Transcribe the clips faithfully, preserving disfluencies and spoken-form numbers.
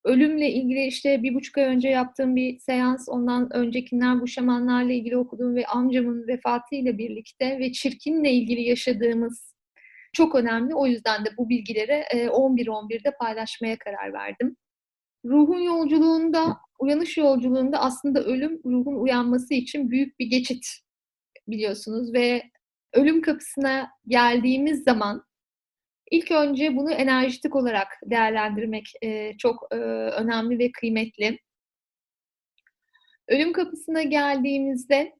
ölümle ilgili işte bir buçuk ay önce yaptığım bir seans, ondan öncekinden bu şamanlarla ilgili okuduğum ve amcamın vefatıyla birlikte ve çirkinle ilgili yaşadığımız çok önemli. O yüzden de bu bilgileri e, on bir on birde paylaşmaya karar verdim. Ruhun yolculuğunda, uyanış yolculuğunda aslında ölüm ruhun uyanması için büyük bir geçit biliyorsunuz ve ölüm kapısına geldiğimiz zaman ilk önce bunu enerjitik olarak değerlendirmek e, çok e, önemli ve kıymetli. Ölüm kapısına geldiğimizde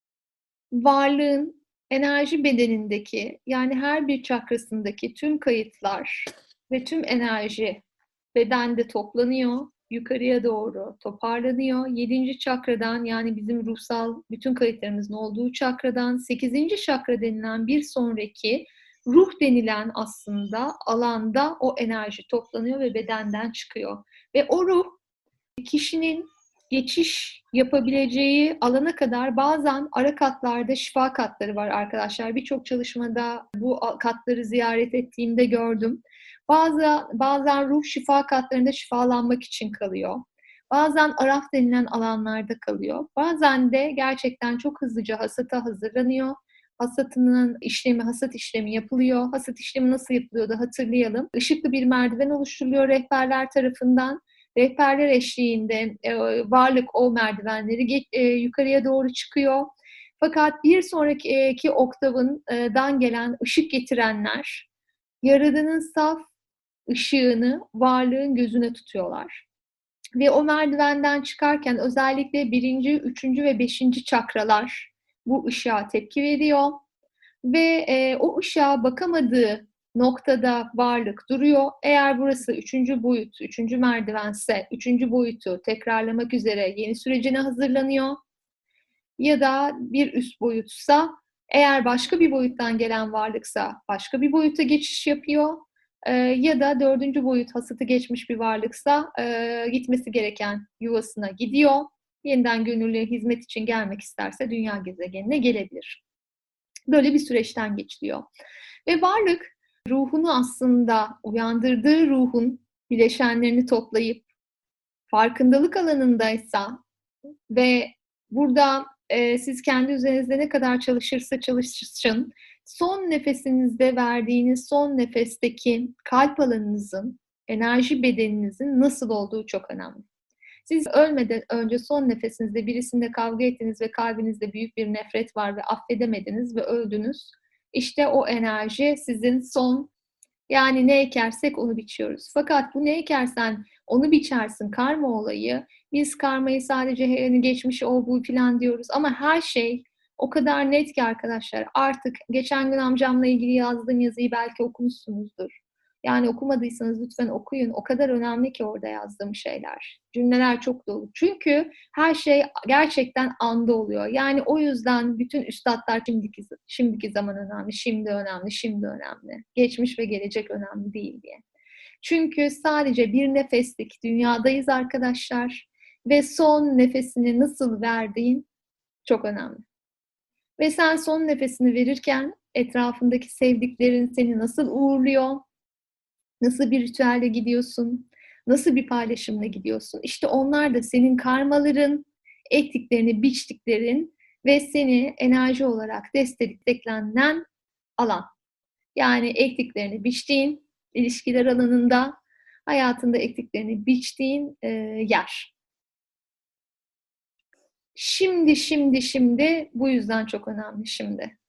varlığın enerji bedenindeki, yani her bir çakrasındaki tüm kayıtlar ve tüm enerji bedende toplanıyor, yukarıya doğru toparlanıyor. Yedinci çakradan, yani bizim ruhsal bütün kayıtlarımızın olduğu çakradan, sekizinci çakra denilen bir sonraki ruh denilen aslında alanda o enerji toplanıyor ve bedenden çıkıyor. Ve o ruh kişinin geçiş yapabileceği alana kadar bazen ara katlarda şifa katları var arkadaşlar. Birçok çalışmada bu katları ziyaret ettiğimde gördüm. Bazı, bazen ruh şifa katlarında şifalanmak için kalıyor. Bazen araf denilen alanlarda kalıyor. Bazen de gerçekten çok hızlıca hasata hazırlanıyor. Hasatının işlemi, hasat işlemi yapılıyor. Hasat işlemi nasıl yapılıyor da hatırlayalım. Işıklı bir merdiven oluşturuluyor rehberler tarafından. Rehberler eşliğinde e, varlık o merdivenleri geç, e, yukarıya doğru çıkıyor. Fakat bir sonraki oktavından gelen ışık getirenler Yaradan'ın saf ışığını varlığın gözüne tutuyorlar. Ve o merdivenden çıkarken özellikle birinci, üçüncü ve beşinci çakralar bu ışığa tepki veriyor. Ve e, o ışığa bakamadığı noktada varlık duruyor. Eğer burası üçüncü boyut, üçüncü merdivense, üçüncü boyutu tekrarlamak üzere yeni sürecine hazırlanıyor. Ya da bir üst boyutsa, eğer başka bir boyuttan gelen varlıksa başka bir boyuta geçiş yapıyor. Ee, ya da dördüncü boyut hasatı geçmiş bir varlıksa e, gitmesi gereken yuvasına gidiyor. Yeniden gönüllü hizmet için gelmek isterse dünya gezegenine gelebilir. Böyle bir süreçten geçiliyor. Ve varlık ruhunu aslında uyandırdığı ruhun bileşenlerini toplayıp farkındalık alanındaysa ve burada e, siz kendi üzerinizde ne kadar çalışırsa çalışın, son nefesinizde verdiğiniz son nefesteki kalp alanınızın, enerji bedeninizin nasıl olduğu çok önemli. Siz ölmeden önce son nefesinizde birisinde kavga ettiniz ve kalbinizde büyük bir nefret var ve affedemediniz ve öldünüz. İşte o enerji sizin son, yani ne ekersek onu biçiyoruz. Fakat bu ne ekersen onu biçersin karma olayı. Biz karmayı sadece hani geçmiş o bu falan diyoruz ama her şey o kadar net ki arkadaşlar. Artık geçen gün amcamla ilgili yazdığım yazıyı belki okumuşsunuzdur. Yani okumadıysanız lütfen okuyun. O kadar önemli ki orada yazdığım şeyler. Cümleler çok dolu. Çünkü her şey gerçekten anda oluyor. Yani o yüzden bütün üstadlar şimdiki, şimdiki zaman önemli, şimdi önemli, şimdi önemli. Geçmiş ve gelecek önemli değil diye. Çünkü sadece bir nefeslik dünyadayız arkadaşlar. Ve son nefesini nasıl verdiğin çok önemli. Ve sen son nefesini verirken etrafındaki sevdiklerin seni nasıl uğurluyor? Nasıl bir ritüelle gidiyorsun? Nasıl bir paylaşımla gidiyorsun? İşte onlar da senin karmaların, ektiklerini, biçtiklerin ve seni enerji olarak desteklenen alan. Yani ektiklerini biçtiğin, ilişkiler alanında, hayatında ektiklerini biçtiğin e, yer. Şimdi, şimdi, şimdi bu yüzden çok önemli şimdi.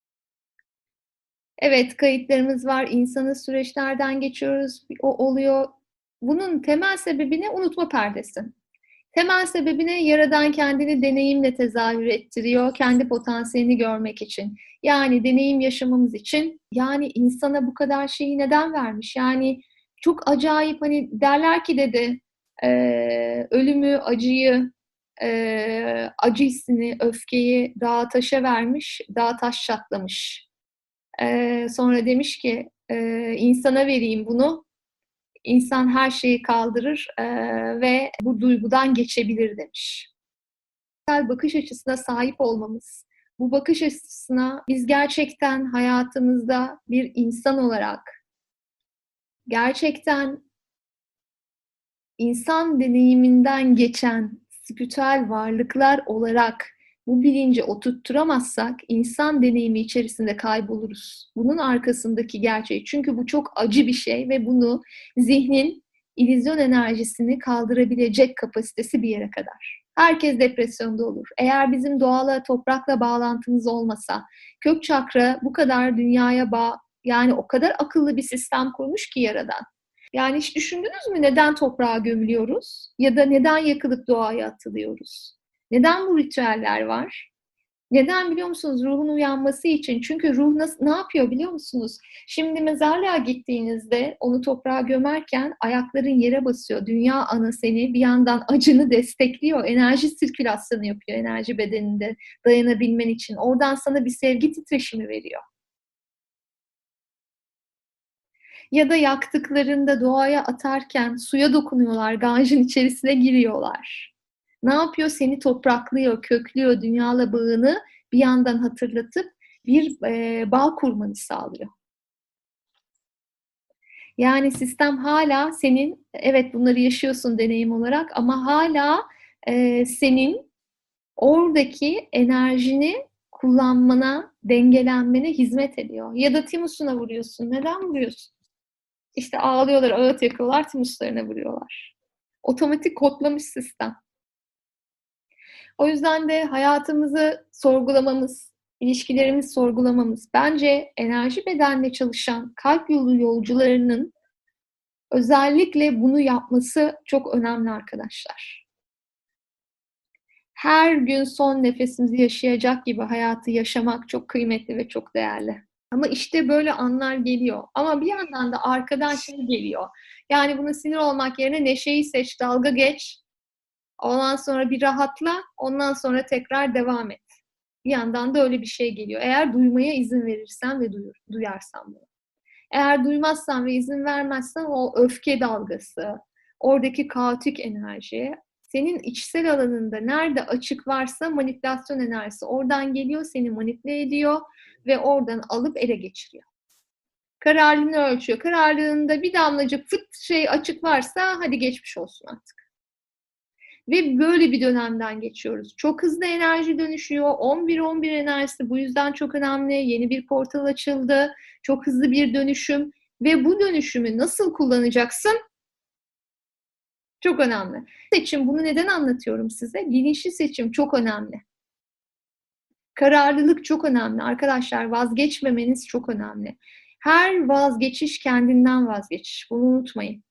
Evet, kayıtlarımız var, insanı süreçlerden geçiyoruz, o oluyor. Bunun temel sebebi ne? Unutma perdesi. Temel sebebi ne? Yaradan kendini deneyimle tezahür ettiriyor, kendi potansiyelini görmek için. Yani deneyim yaşamamız için. Yani insana bu kadar şeyi neden vermiş? Yani çok acayip, hani derler ki dedi, e, ölümü, acıyı, e, acı hissini, öfkeyi dağa taşa vermiş, dağ taş çatlamış. E, sonra demiş ki e, insana vereyim bunu. İnsan her şeyi kaldırır e, ve bu duygudan geçebilir demiş. Bakış açısına sahip olmamız, bu bakış açısına biz gerçekten hayatımızda bir insan olarak gerçekten insan deneyiminden geçen spiritüel varlıklar olarak bu bilinci oturtturamazsak insan deneyimi içerisinde kayboluruz. Bunun arkasındaki gerçeği. Çünkü bu çok acı bir şey ve bunu zihnin illüzyon enerjisini kaldırabilecek kapasitesi bir yere kadar. Herkes depresyonda olur. Eğer bizim doğala, toprakla bağlantımız olmasa, kök çakra bu kadar dünyaya bağ, yani o kadar akıllı bir sistem kurmuş ki Yaradan. Yani hiç düşündünüz mü neden toprağa gömülüyoruz? Ya da neden yakılıp doğaya atılıyoruz? Neden bu ritüeller var? Neden biliyor musunuz? Ruhun uyanması için. Çünkü ruh nasıl, ne yapıyor biliyor musunuz? Şimdi mezarlığa gittiğinizde onu toprağa gömerken ayakların yere basıyor. Dünya ana seni bir yandan acını destekliyor. Enerji sirkülasyonu yapıyor enerji bedeninde dayanabilmen için. Oradan sana bir sevgi titreşimi veriyor. Ya da yaktıklarında doğaya atarken suya dokunuyorlar, ganjın içerisine giriyorlar. Ne yapıyor? Seni topraklıyor, köklüyor, dünyayla bağını bir yandan hatırlatıp bir e, bağ kurmanı sağlıyor. Yani sistem hala senin, evet bunları yaşıyorsun deneyim olarak ama hala e, senin oradaki enerjini kullanmana, dengelenmene hizmet ediyor. Ya da timusuna vuruyorsun. Neden vuruyorsun? İşte ağlıyorlar, ağıt yakıyorlar, timuslarına vuruyorlar. Otomatik kodlamış sistem. O yüzden de hayatımızı sorgulamamız, ilişkilerimizi sorgulamamız, bence enerji bedenle çalışan kalp yolu yolcularının özellikle bunu yapması çok önemli arkadaşlar. Her gün son nefesimizi yaşayacak gibi hayatı yaşamak çok kıymetli ve çok değerli. Ama işte böyle anlar geliyor. Ama bir yandan da arkadan şey geliyor. Yani buna sinir olmak yerine neşeyi seç, dalga geç. Ondan sonra bir rahatla, ondan sonra tekrar devam et. Bir yandan da öyle bir şey geliyor. Eğer duymaya izin verirsen ve duyur, duyarsan bunu. Eğer duymazsan ve izin vermezsen o öfke dalgası, oradaki kaotik enerji, senin içsel alanında nerede açık varsa manipülasyon enerjisi oradan geliyor, seni manipüle ediyor ve oradan alıp ele geçiriyor. Kararlılığını ölçüyor. Kararlılığında bir damlacık fıt şey açık varsa hadi geçmiş olsun artık. Ve böyle bir dönemden geçiyoruz. Çok hızlı enerji dönüşüyor. on bir on bir enerjisi bu yüzden çok önemli. Yeni bir portal açıldı. Çok hızlı bir dönüşüm. Ve bu dönüşümü nasıl kullanacaksın? Çok önemli. Seçim, bunu neden anlatıyorum size? Bilinçli seçim çok önemli. Kararlılık çok önemli. Arkadaşlar vazgeçmemeniz çok önemli. Her vazgeçiş kendinden vazgeçiş. Bunu unutmayın.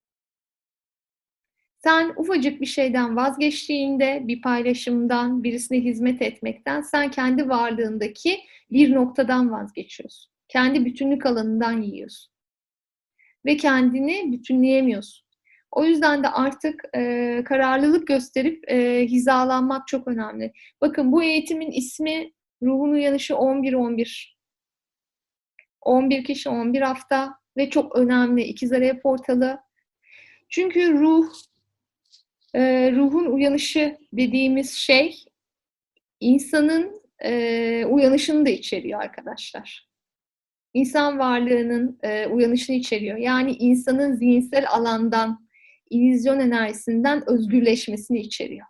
Sen ufacık bir şeyden vazgeçtiğinde, bir paylaşımdan, birisine hizmet etmekten, sen kendi varlığındaki bir noktadan vazgeçiyorsun. Kendi bütünlük alanından yiyorsun. Ve kendini bütünleyemiyorsun. O yüzden de artık e, kararlılık gösterip e, hizalanmak çok önemli. Bakın bu eğitimin ismi Ruhun Uyanışı on bir on bir. on bir kişi, on bir hafta ve çok önemli. İkizler Portalı. Çünkü ruh, e, ruhun uyanışı dediğimiz şey insanın e, uyanışını da içeriyor arkadaşlar. İnsan varlığının e, uyanışını içeriyor. Yani insanın zihinsel alandan, illüzyon enerjisinden özgürleşmesini içeriyor.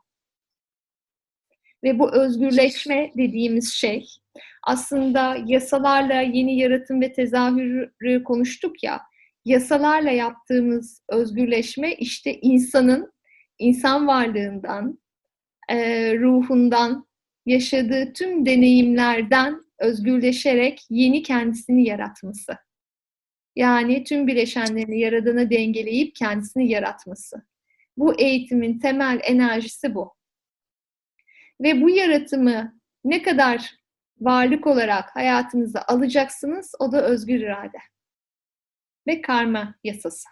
Ve bu özgürleşme dediğimiz şey aslında yasalarla yeni yaratım ve tezahürü konuştuk ya, yasalarla yaptığımız özgürleşme işte insanın, insan varlığından, e, ruhundan, yaşadığı tüm deneyimlerden özgürleşerek yeni kendisini yaratması. Yani tüm bileşenlerini Yaradan'a dengeleyip kendisini yaratması. Bu eğitimin temel enerjisi bu. Ve bu yaratımı ne kadar varlık olarak hayatınıza alacaksınız, o da özgür irade. Ve karma yasası.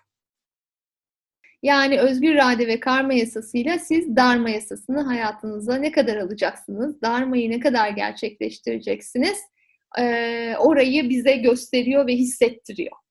Yani özgür irade ve karma yasasıyla siz dharma yasasını hayatınıza ne kadar alacaksınız, dharmayı ne kadar gerçekleştireceksiniz, ee, orayı bize gösteriyor ve hissettiriyor.